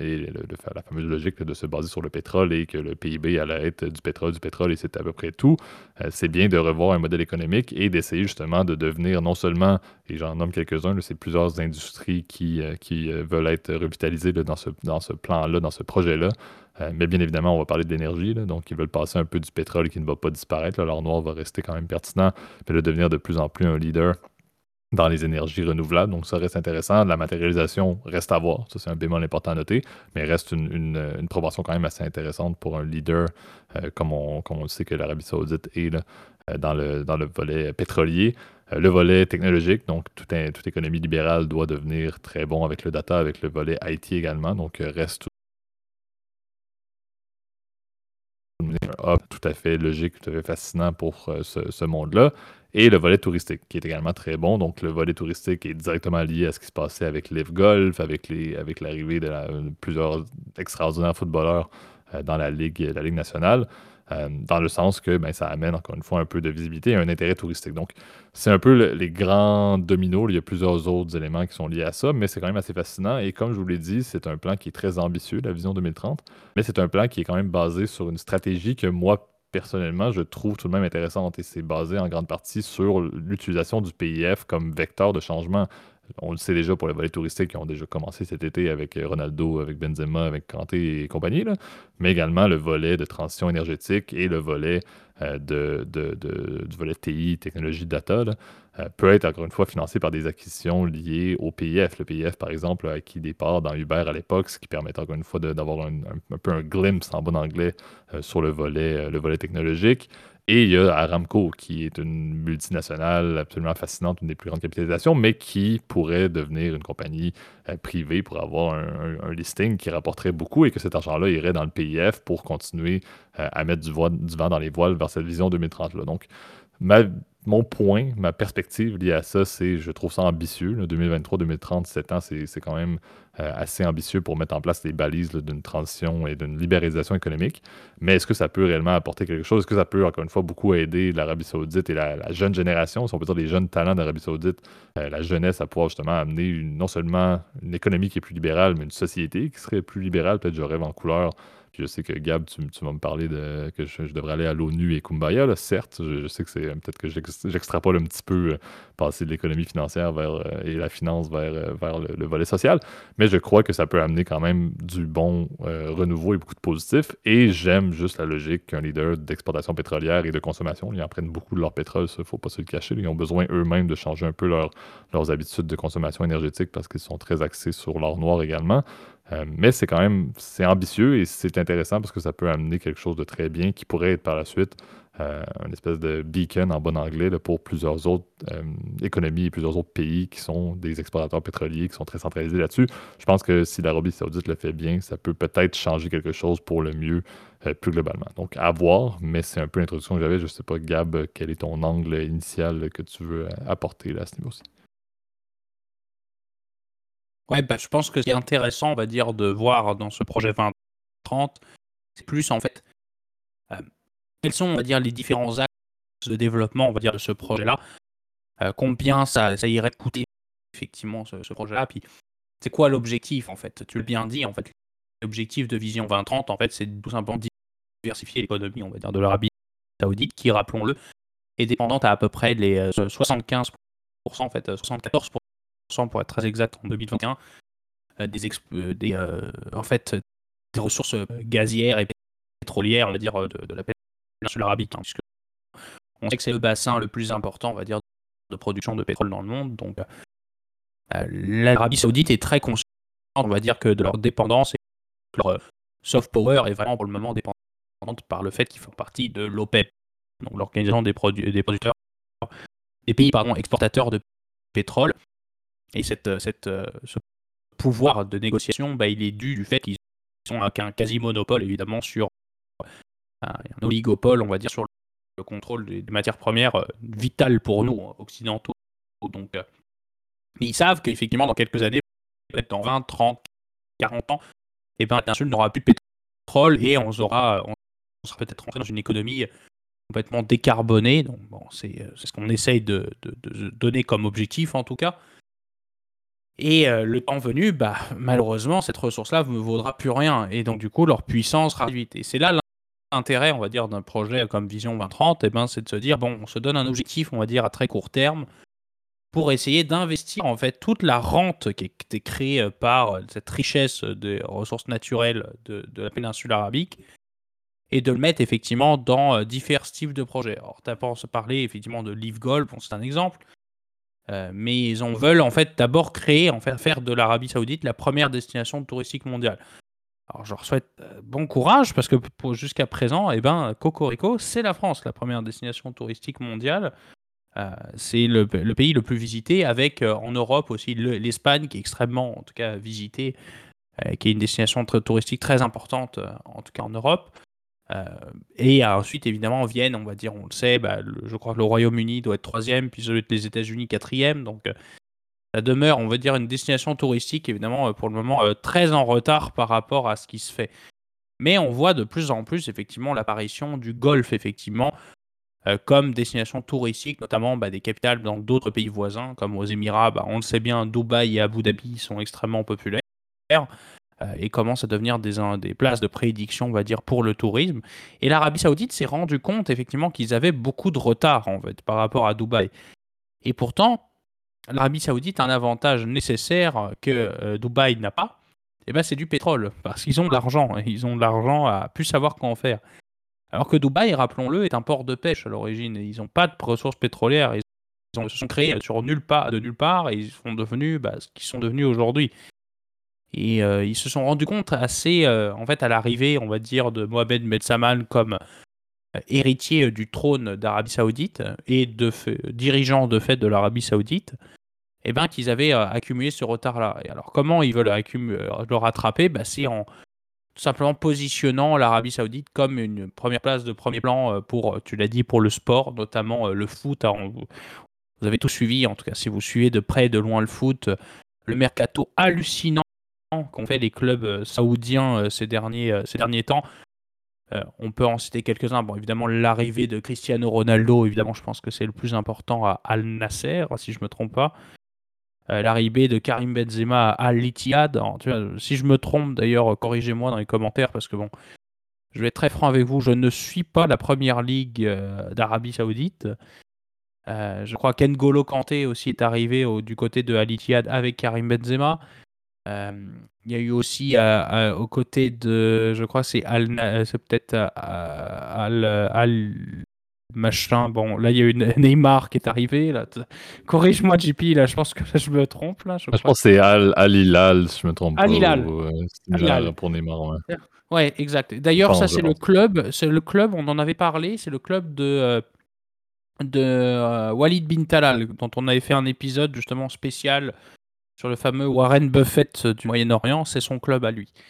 la fameuse logique de se baser sur le pétrole et que le PIB allait être du pétrole et c'est à peu près tout. C'est bien de revoir un modèle économique et d'essayer justement de devenir non seulement, et j'en nomme quelques-uns, c'est plusieurs industries qui veulent être revitalisées là, dans ce plan-là, dans ce projet-là. Mais bien évidemment, on va parler de l'énergie. Là, donc, ils veulent passer un peu du pétrole qui ne va pas disparaître. Là, l'or noir va rester quand même pertinent, mais de devenir de plus en plus un leader dans les énergies renouvelables. Donc, ça reste intéressant. La matérialisation reste à voir. Ça, c'est un bémol important à noter, mais reste une proportion quand même assez intéressante pour un leader comme on le sait que l'Arabie Saoudite est là, dans le volet pétrolier. Le volet technologique, donc toute économie libérale doit devenir très bon avec le data, avec le volet IT également. Donc, reste tout à fait logique, tout à fait fascinant pour ce monde-là. Et le volet touristique, qui est également très bon. Donc, le volet touristique est directement lié à ce qui se passait avec Live Golf, avec l'arrivée de plusieurs extraordinaires footballeurs dans la Ligue nationale. dans le sens que ça amène encore une fois un peu de visibilité et un intérêt touristique. Donc, c'est un peu les grands dominos. Il y a plusieurs autres éléments qui sont liés à ça, mais c'est quand même assez fascinant. Et comme je vous l'ai dit, c'est un plan qui est très ambitieux, la vision 2030, mais c'est un plan qui est quand même basé sur une stratégie que moi, personnellement, je trouve tout de même intéressante et c'est basé en grande partie sur l'utilisation du PIF comme vecteur de changement. On le sait déjà pour les volets touristiques qui ont déjà commencé cet été avec Ronaldo, avec Benzema, avec Kanté et compagnie, là, mais également le volet de transition énergétique et le volet du volet TI, technologie data, là, peut être encore une fois financé par des acquisitions liées au PIF. Le PIF, par exemple, a acquis des parts dans Uber à l'époque, ce qui permet encore une fois d'avoir un peu un glimpse en bon anglais sur le volet technologique. Et il y a Aramco, qui est une multinationale absolument fascinante, une des plus grandes capitalisations, mais qui pourrait devenir une compagnie privée pour avoir un listing qui rapporterait beaucoup et que cet argent-là irait dans le PIF pour continuer à mettre du vent dans les voiles vers cette vision 2030-là. Donc, ma, mon point, ma perspective liée à ça, c'est je trouve ça ambitieux. 2023-2030, 7 ans, c'est quand même assez ambitieux pour mettre en place les balises d'une transition et d'une libéralisation économique. Mais est-ce que ça peut réellement apporter quelque chose? Est-ce que ça peut, encore une fois, beaucoup aider l'Arabie Saoudite et la jeune génération, si on peut dire les jeunes talents d'Arabie Saoudite, la jeunesse à pouvoir justement amener non seulement une économie qui est plus libérale, mais une société qui serait plus libérale? Peut-être je rêve en couleur. Puis je sais que Gab, tu vas me parler que je devrais aller à l'ONU et Kumbaya, là, certes. Je sais que c'est peut-être que j'extrapole un petit peu passer de l'économie financière et la finance vers le volet social. Mais je crois que ça peut amener quand même du bon renouveau et beaucoup de positifs. Et j'aime juste la logique qu'un leader d'exportation pétrolière et de consommation, ils en prennent beaucoup de leur pétrole, ça, faut pas se le cacher. Ils ont besoin eux-mêmes de changer un peu leurs habitudes de consommation énergétique parce qu'ils sont très axés sur l'or noir également. Mais c'est ambitieux et c'est intéressant parce que ça peut amener quelque chose de très bien qui pourrait être par la suite une espèce de beacon en bon anglais là, pour plusieurs autres économies et plusieurs autres pays qui sont des explorateurs pétroliers, qui sont très centralisés là-dessus. Je pense que si l'Arabie Saoudite le fait bien, ça peut peut-être changer quelque chose pour le mieux plus globalement. Donc à voir, mais c'est un peu l'introduction que j'avais. Je ne sais pas, Gab, quel est ton angle initial que tu veux apporter là, à ce niveau-ci? Ouais, bah, je pense que ce qui est intéressant, on va dire, de voir dans ce projet 2030, c'est plus en fait euh, quels sont, on va dire, les différents axes de développement, on va dire, de ce projet-là, combien ça irait coûter effectivement ce projet-là, puis c'est quoi l'objectif en fait? Tu l'as bien dit, en fait, l'objectif de Vision 2030, en fait, c'est tout simplement diversifier l'économie, on va dire, de l'Arabie Saoudite, qui, rappelons-le, est dépendante à peu près les 75%, en fait, 74% pour être très exact en 2021, en fait, des ressources gazières et pétrolières, on va dire, de la péninsule arabique, hein, puisque on sait que c'est le bassin le plus important, on va dire, de production de pétrole dans le monde. Donc, l'Arabie Saoudite est très consciente, on va dire, que de leur dépendance et que leur soft power est vraiment pour le moment dépendante par le fait qu'ils font partie de l'OPEP, donc l'organisation des producteurs, des pays pardon, exportateurs de pétrole. Et ce pouvoir de négociation, bah, il est dû du fait qu'ils ont un quasi-monopole, évidemment, sur un oligopole, on va dire, sur le contrôle des matières premières vitales pour nous, occidentaux. Donc, mais ils savent qu'effectivement, dans quelques années, peut-être dans 20, 30, 40 ans, et ben, la péninsule n'aura plus de pétrole et on sera peut-être rentré dans une économie complètement décarbonée. Donc, bon, c'est ce qu'on essaye de donner comme objectif, en tout cas. Et le temps venu, bah, malheureusement, cette ressource-là ne vaudra plus rien. Et donc, du coup, leur puissance sera réduite. Et c'est là l'intérêt, on va dire, d'un projet comme Vision 2030, eh ben, c'est de se dire, bon, on se donne un objectif, on va dire, à très court terme, pour essayer d'investir, en fait, toute la rente qui a été créée par cette richesse des ressources naturelles de la péninsule arabique, et de le mettre, effectivement, dans divers types de projets. Alors, tu as parlé, effectivement, de Live Gold, bon, c'est un exemple. Mais ils veulent en fait d'abord créer, en fait, faire de l'Arabie Saoudite la première destination touristique mondiale. Alors je leur souhaite bon courage parce que jusqu'à présent, eh ben, Cocorico, c'est la France, la première destination touristique mondiale. C'est le pays le plus visité avec en Europe aussi l'Espagne qui est extrêmement, en tout cas, visitée, qui est une destination touristique très importante, en tout cas en Europe. Et ensuite, évidemment, Vienne, on va dire, on le sait, bah, je crois que le Royaume-Uni doit être troisième, puis les États-Unis quatrième. Donc, ça demeure, on va dire, une destination touristique, évidemment, pour le moment, très en retard par rapport à ce qui se fait. Mais on voit de plus en plus effectivement l'apparition du Golfe, effectivement, comme destination touristique, notamment des capitales dans d'autres pays voisins, comme aux Émirats. On le sait bien, Dubaï et Abu Dhabi sont extrêmement populaires et commencent à devenir des places de prédiction, on va dire, pour le tourisme. Et l'Arabie Saoudite s'est rendu compte effectivement qu'ils avaient beaucoup de retard en fait par rapport à Dubaï. Et pourtant, l'Arabie Saoudite a un avantage nécessaire que Dubaï n'a pas. Et c'est du pétrole, parce qu'ils ont de l'argent. Ils ont de l'argent à plus savoir quoi en faire. Alors que Dubaï, rappelons-le, est un port de pêche à l'origine. Ils n'ont pas de ressources pétrolières. Ils se sont créés de nulle part et ils sont devenus ce qu'ils sont devenus aujourd'hui. Et ils se sont rendus compte assez, en fait, à l'arrivée, on va dire, de Mohamed Ben Salman comme héritier du trône d'Arabie Saoudite et dirigeant de fait de l'Arabie Saoudite, qu'ils avaient accumulé ce retard-là. Et alors, comment ils veulent le rattraper? C'est en tout simplement positionnant l'Arabie Saoudite comme une première place de premier plan pour, tu l'as dit, pour le sport, notamment le foot. Alors, vous avez tout suivi, en tout cas, si vous suivez de près et de loin le foot, le mercato hallucinant qu'ont fait les clubs saoudiens ces derniers temps. On peut en citer quelques-uns. Bon, évidemment, l'arrivée de Cristiano Ronaldo, évidemment, je pense que c'est le plus important à Al Nasser, si je ne me trompe pas. L'arrivée de Karim Benzema à Al Ittihad. Alors, tu vois, si je me trompe, d'ailleurs, corrigez-moi dans les commentaires, parce que bon, je vais être très franc avec vous, je ne suis pas la première ligue d'Arabie Saoudite. Je crois qu'N'Golo Kanté aussi est arrivé du côté de Al Ittihad avec Karim Benzema. Il y a eu aussi aux côtés de, je crois que c'est peut-être Al machin. Bon, là il y a eu Neymar qui est arrivé. Là. Corrige-moi JP, là je pense que je me trompe là. Je pense que c'est Al Hilal, si je me trompe Al pas, Hilal. ou Al Hilal. similaire pour Neymar. Ouais, Ouais, exact. je D'ailleurs, ça pense, je c'est le pense. club, on en avait parlé, c'est le club de Walid bin Talal, dont on avait fait un épisode justement spécial sur le fameux Warren Buffett du Moyen-Orient, c'est son club à lui.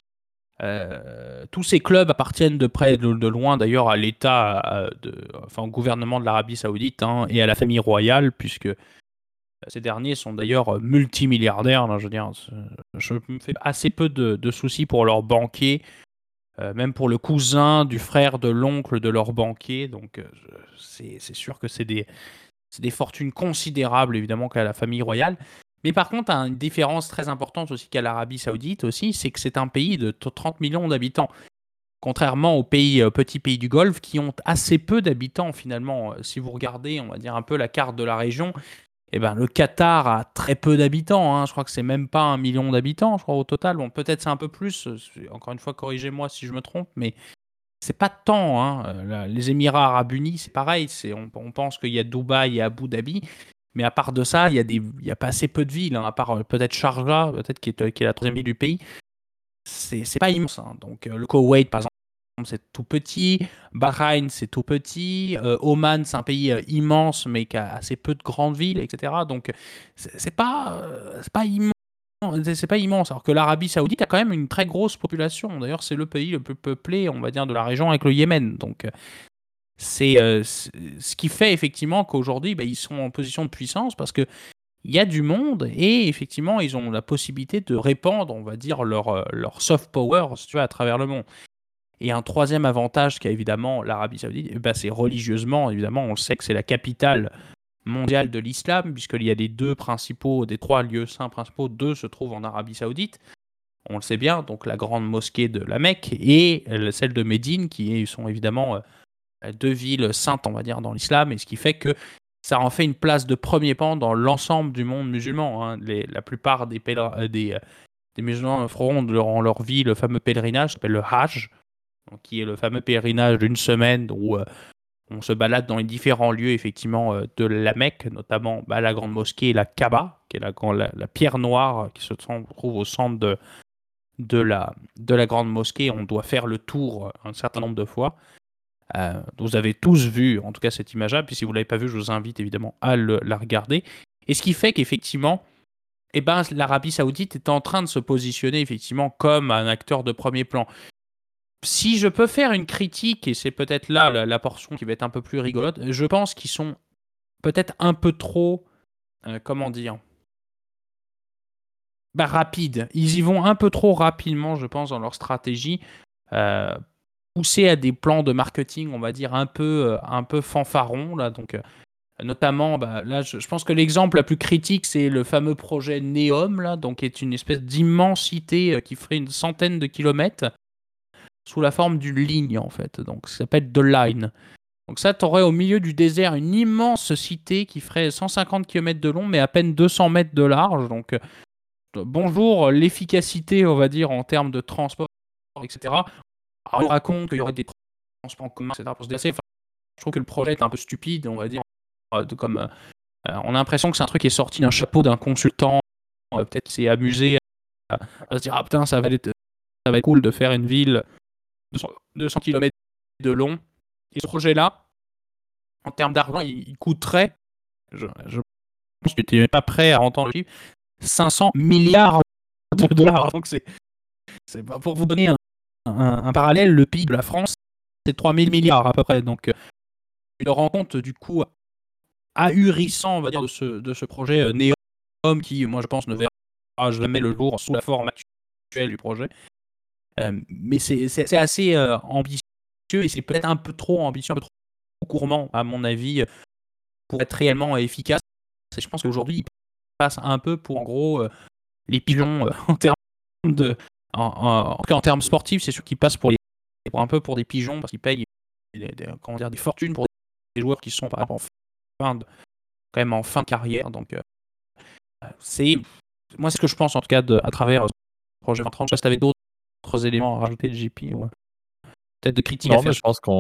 Tous ces clubs appartiennent de près et de loin d'ailleurs à l'État, au gouvernement de l'Arabie Saoudite et à la famille royale, puisque ces derniers sont d'ailleurs multimilliardaires. Là, je veux dire, je me fais assez peu de soucis pour leurs banquiers, même pour le cousin du frère de l'oncle de leur banquier. Donc c'est sûr que c'est des fortunes considérables évidemment qu'a la famille royale. Mais par contre, une différence très importante aussi qu'a l'Arabie Saoudite aussi, c'est que c'est un pays de 30 millions d'habitants. Contrairement aux petits pays du Golfe qui ont assez peu d'habitants finalement. Si vous regardez, on va dire un peu la carte de la région, le Qatar a très peu d'habitants. Je crois que c'est même pas 1 million d'habitants, je crois au total. Bon, peut-être c'est un peu plus. Encore une fois, corrigez-moi si je me trompe, mais c'est pas tant. Les Émirats Arabes Unis, c'est pareil. On pense qu'il y a Dubaï et Abu Dhabi. Mais à part de ça, il y a pas assez peu de villes, à part peut-être Sharjah, peut-être qui est la troisième ville du pays. C'est pas immense. Donc le Koweït, par exemple, c'est tout petit. Bahreïn, c'est tout petit. Oman, c'est un pays immense, mais qui a assez peu de grandes villes, etc. Donc c'est pas immense. C'est pas immense, alors que l'Arabie Saoudite a quand même une très grosse population. D'ailleurs, c'est le pays le plus peuplé, on va dire, de la région avec le Yémen. Donc, c'est ce qui fait effectivement qu'aujourd'hui, ils sont en position de puissance parce que il y a du monde et effectivement, ils ont la possibilité de répandre, on va dire, leur soft power, si tu veux, à travers le monde. Et un troisième avantage qu'a évidemment l'Arabie Saoudite, c'est religieusement, évidemment, on le sait que c'est la capitale mondiale de l'islam, puisqu'il y a des trois lieux saints principaux, deux se trouvent en Arabie Saoudite. On le sait bien, donc la grande mosquée de la Mecque et celle de Médine, qui sont évidemment deux villes saintes, on va dire, dans l'islam, et ce qui fait que ça en fait une place de premier plan dans l'ensemble du monde musulman. La plupart des musulmans feront durant leur vie le fameux pèlerinage, qui s'appelle le Hajj, donc, qui est le fameux pèlerinage d'une semaine où on se balade dans les différents lieux effectivement de la Mecque, notamment la grande mosquée et la Kaaba, qui est la pierre noire qui se trouve au centre de la grande mosquée. On doit faire le tour un certain nombre de fois. Vous avez tous vu, en tout cas, cette image-là. Puis si vous ne l'avez pas vue, je vous invite évidemment à la regarder. Et ce qui fait qu'effectivement, l'Arabie Saoudite est en train de se positionner effectivement comme un acteur de premier plan. Si je peux faire une critique, et c'est peut-être là la portion qui va être un peu plus rigolote, je pense qu'ils sont peut-être un peu trop, comment dire, rapides. Ils y vont un peu trop rapidement, je pense, dans leur stratégie. poussé à des plans de marketing, on va dire, un peu fanfarons, là. Donc, notamment, là, je pense que l'exemple la plus critique, c'est le fameux projet Neom, là, donc, qui est une espèce d'immensité qui ferait une centaine de kilomètres sous la forme d'une ligne, en fait. Donc, ça s'appelle The Line. Donc ça, tu aurais au milieu du désert une immense cité qui ferait 150 km de long, mais à peine 200 mètres de large. Donc, bonjour, l'efficacité, on va dire, en termes de transport, etc. Alors, on raconte qu'il y aurait des transports en commun, etc. pour se déplacer. Enfin, je trouve que le projet est un peu stupide, on va dire. On a l'impression que c'est un truc qui est sorti d'un chapeau d'un consultant. Peut-être s'est amusé à se dire, ah putain, ça va être cool de faire une ville de 200 km de long. Et ce projet-là, en termes d'argent, il coûterait, je pense que tu n'es pas prêt à entendre le chiffre, 500 milliards de dollars. Donc pour vous donner un parallèle, le PIB de la France, c'est 3000 milliards à peu près. Donc tu te rends compte du coût ahurissant, on va dire, de ce projet Neom qui, moi je pense, ne verra jamais le jour sous la forme actuelle du projet. Mais c'est assez ambitieux et c'est peut-être un peu trop ambitieux, un peu trop gourmand, à mon avis, pour être réellement efficace. Et je pense qu'aujourd'hui, il passe un peu pour, en gros, les pigeons en termes de. En tout cas, en termes sportifs, c'est sûr qu'ils passent pour un peu pour des pigeons parce qu'ils payent des fortunes pour des joueurs qui sont, par exemple, quand même en fin de carrière. Donc, moi, c'est ce que je pense, en tout cas, à travers ce projet 2030. Je sais pas si tu avais d'autres éléments à rajouter de JP ou peut-être de critiques à Non, faire mais je pense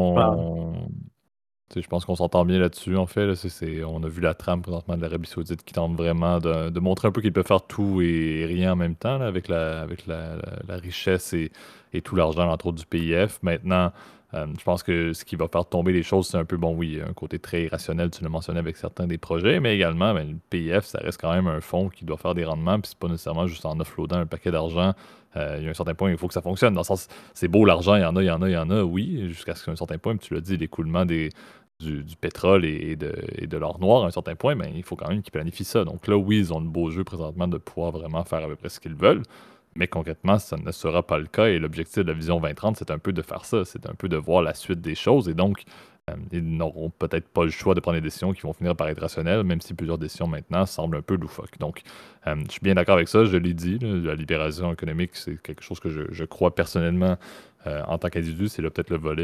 qu'on s'entend bien là-dessus, en fait. Là, on a vu la trame présentement de l'Arabie Saoudite qui tente vraiment de montrer un peu qu'il peut faire tout et rien en même temps, là, avec la richesse et tout l'argent, entre autres, du PIF. Maintenant, je pense que ce qui va faire tomber les choses, c'est un peu, bon, oui, un côté très irrationnel, tu l'as mentionné avec certains des projets, mais également, le PIF, ça reste quand même un fonds qui doit faire des rendements, puis c'est pas nécessairement juste en offloadant un paquet d'argent. Il y a un certain point, il faut que ça fonctionne. Dans le sens, c'est beau l'argent, il y en a, il y en a, il y en a, oui, jusqu'à ce qu'à un certain point, puis tu l'as dit, l'écoulement du pétrole et de l'or noir à un certain point, il faut quand même qu'ils planifient ça. Donc là, oui, ils ont le beau jeu présentement de pouvoir vraiment faire à peu près ce qu'ils veulent, mais concrètement, ça ne sera pas le cas. Et l'objectif de la vision 2030, c'est un peu de faire ça, c'est un peu de voir la suite des choses. Et donc, ils n'auront peut-être pas le choix de prendre des décisions qui vont finir par être rationnelles, même si plusieurs décisions maintenant semblent un peu loufoques. Donc, je suis bien d'accord avec ça, je l'ai dit, là, la libération économique, c'est quelque chose que je crois personnellement en tant qu'individu, c'est là peut-être le volet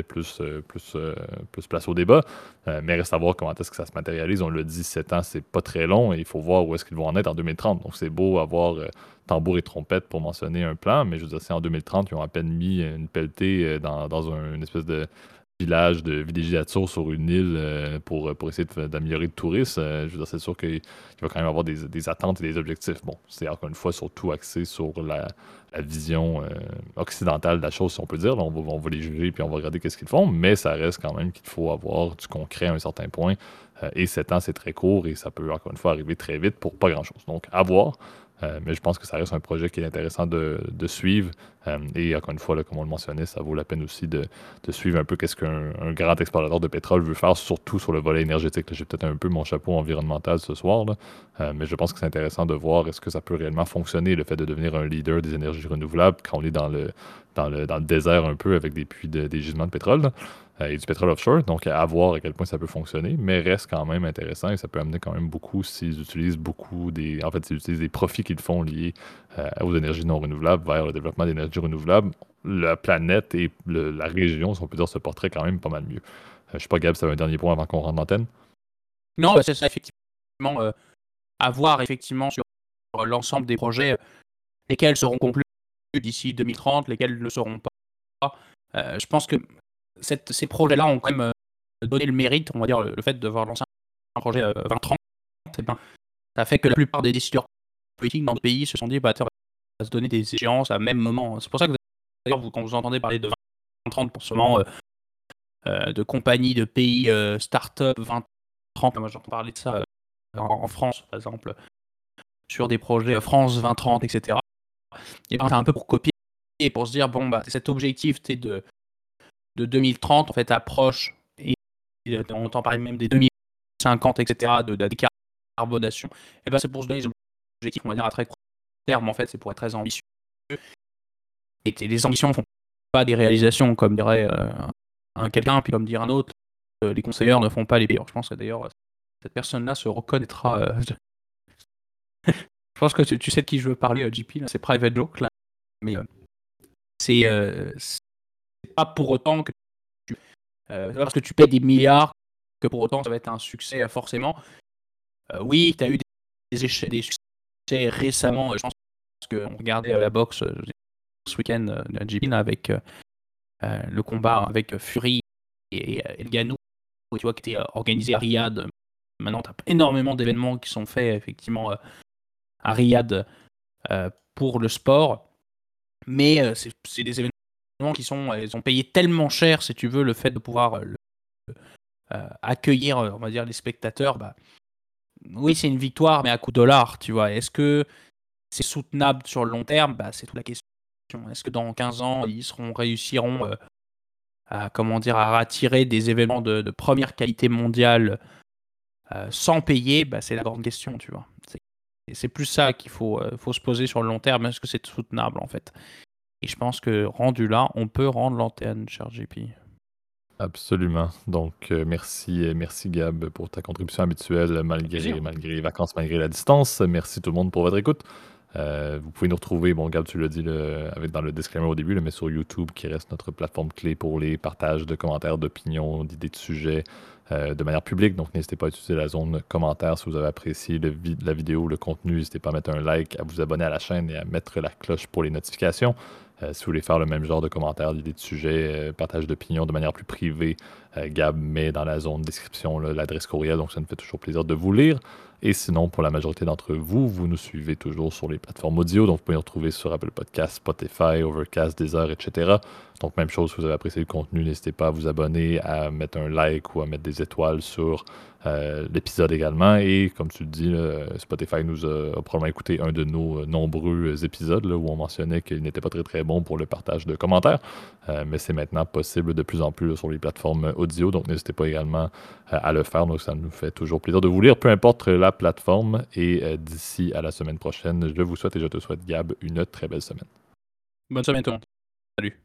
plus place au débat, mais reste à voir comment est-ce que ça se matérialise. On l'a dit, 7 ans, c'est pas très long et il faut voir où est-ce qu'ils vont en être en 2030. Donc, c'est beau avoir tambour et trompette pour mentionner un plan, mais je veux dire, c'est en 2030, ils ont à peine mis une pelletée dans une espèce de village de villégiature sur une île pour essayer d'améliorer le tourisme. Je veux dire, c'est sûr qu'il va quand même avoir des attentes et des objectifs. Bon, c'est encore une fois surtout axé sur la vision occidentale de la chose, si on peut dire. Là, on va les juger puis on va regarder qu'est-ce qu'ils font, mais ça reste quand même qu'il faut avoir du concret à un certain point. Et 7 ans, c'est très court et ça peut encore une fois arriver très vite pour pas grand-chose. Donc, à voir. Mais je pense que ça reste un projet qui est intéressant de suivre. Et encore une fois, là, comme on le mentionnait, ça vaut la peine aussi de suivre un peu qu'est-ce qu'un grand explorateur de pétrole veut faire, surtout sur le volet énergétique. J'ai peut-être un peu mon chapeau environnemental ce soir, là, mais je pense que c'est intéressant de voir est-ce que ça peut réellement fonctionner, le fait de devenir un leader des énergies renouvelables quand on est dans le désert un peu avec des puits des gisements de pétrole. Là, et du pétrole offshore, donc à voir à quel point ça peut fonctionner, mais reste quand même intéressant et ça peut amener quand même beaucoup s'ils utilisent s'ils utilisent des profits qu'ils font liés aux énergies non renouvelables vers le développement d'énergies renouvelables. La planète et la région, si on peut dire, se porterait quand même pas mal mieux. Je sais pas, Gab, si tu un dernier point avant qu'on rentre l'antenne. Non, c'est ça, effectivement, à voir effectivement sur l'ensemble des projets, lesquels seront conclus d'ici 2030, lesquels ne le seront pas. Je pense que ces projets-là ont quand même donné le mérite, on va dire, le fait d'avoir lancé un projet 2030, eh ben, ça fait que la plupart des décideurs politiques dans le pays se sont dit, on va se donner des échéances à même moment. C'est pour ça que d'ailleurs, quand vous entendez parler de 2030 pour ce moment de compagnies, de pays, start-up 2030, moi j'entends parler de ça en France, par exemple, sur des projets France 2030, etc. Et ben, c'est un peu pour copier et pour se dire, cet objectif de 2030, en fait, approche, et on entend parler même des 2050, etc., de la décarbonation, et ben c'est pour se donner des objectifs, on va dire, à très court terme, en fait, c'est pour être très ambitieux. Et les ambitions font pas des réalisations, comme dirait un quelqu'un, puis comme dire un autre, les conseilleurs ne font pas les pires. Je pense que d'ailleurs, cette personne-là se reconnaîtra. Je pense que tu sais de qui je veux parler, JP, là, c'est Private Joke, là. Mais c'est pas pour autant que c'est pas parce que tu payes des milliards que pour autant ça va être un succès forcément. Oui, tu as eu des succès récemment. Je pense qu'on regardait la boxe ce week-end JP là, avec le combat avec Fury et El Ganou, tu vois, qui était organisé à Riyad. Maintenant, tu as énormément d'événements qui sont faits effectivement à Riyad pour le sport, mais c'est des événements qui sont, ils ont payé tellement cher, si tu veux, le fait de pouvoir accueillir, on va dire, les spectateurs. Bah, oui, c'est une victoire, mais à coup de dollars, tu vois. Est-ce que c'est soutenable sur le long terme? Bah, c'est toute la question. Est-ce que dans 15 ans, ils réussiront à, comment dire, à attirer des événements de première qualité mondiale sans payer? Bah, c'est la grande question, tu vois. C'est plus ça qu'il faut se poser sur le long terme. Est-ce que c'est soutenable, en fait? Et je pense que rendu là, on peut rendre l'antenne, cher JP. Absolument. Donc, merci Gab pour ta contribution habituelle malgré les vacances, malgré la distance. Merci tout le monde pour votre écoute. Vous pouvez nous retrouver, bon Gab, tu l'as dit dans le disclaimer au début, mais sur YouTube, qui reste notre plateforme clé pour les partages de commentaires, d'opinions, d'idées de sujets de manière publique. Donc, n'hésitez pas à utiliser la zone commentaires si vous avez apprécié la vidéo, le contenu. N'hésitez pas à mettre un like, à vous abonner à la chaîne et à mettre la cloche pour les notifications. Si vous voulez faire le même genre de commentaires, d'idées de sujets, partage d'opinions de manière plus privée, Gab met dans la zone description l'adresse courriel, donc ça nous fait toujours plaisir de vous lire. Et sinon, pour la majorité d'entre vous, vous nous suivez toujours sur les plateformes audio, donc vous pouvez nous retrouver sur Apple Podcasts, Spotify, Overcast, Deezer, etc. Donc même chose, si vous avez apprécié le contenu, n'hésitez pas à vous abonner, à mettre un like ou à mettre des étoiles sur l'épisode également. Et comme tu le dis, Spotify nous a probablement écouté un de nos nombreux épisodes là, où on mentionnait qu'il n'était pas très très bon pour le partage de commentaires. Mais c'est maintenant possible de plus en plus là, sur les plateformes audio. Donc n'hésitez pas également à le faire. Donc ça nous fait toujours plaisir de vous lire, peu importe la plateforme. Et d'ici à la semaine prochaine, je vous souhaite et je te souhaite, Gab, une très belle semaine. Bonne semaine tout le monde. Salut.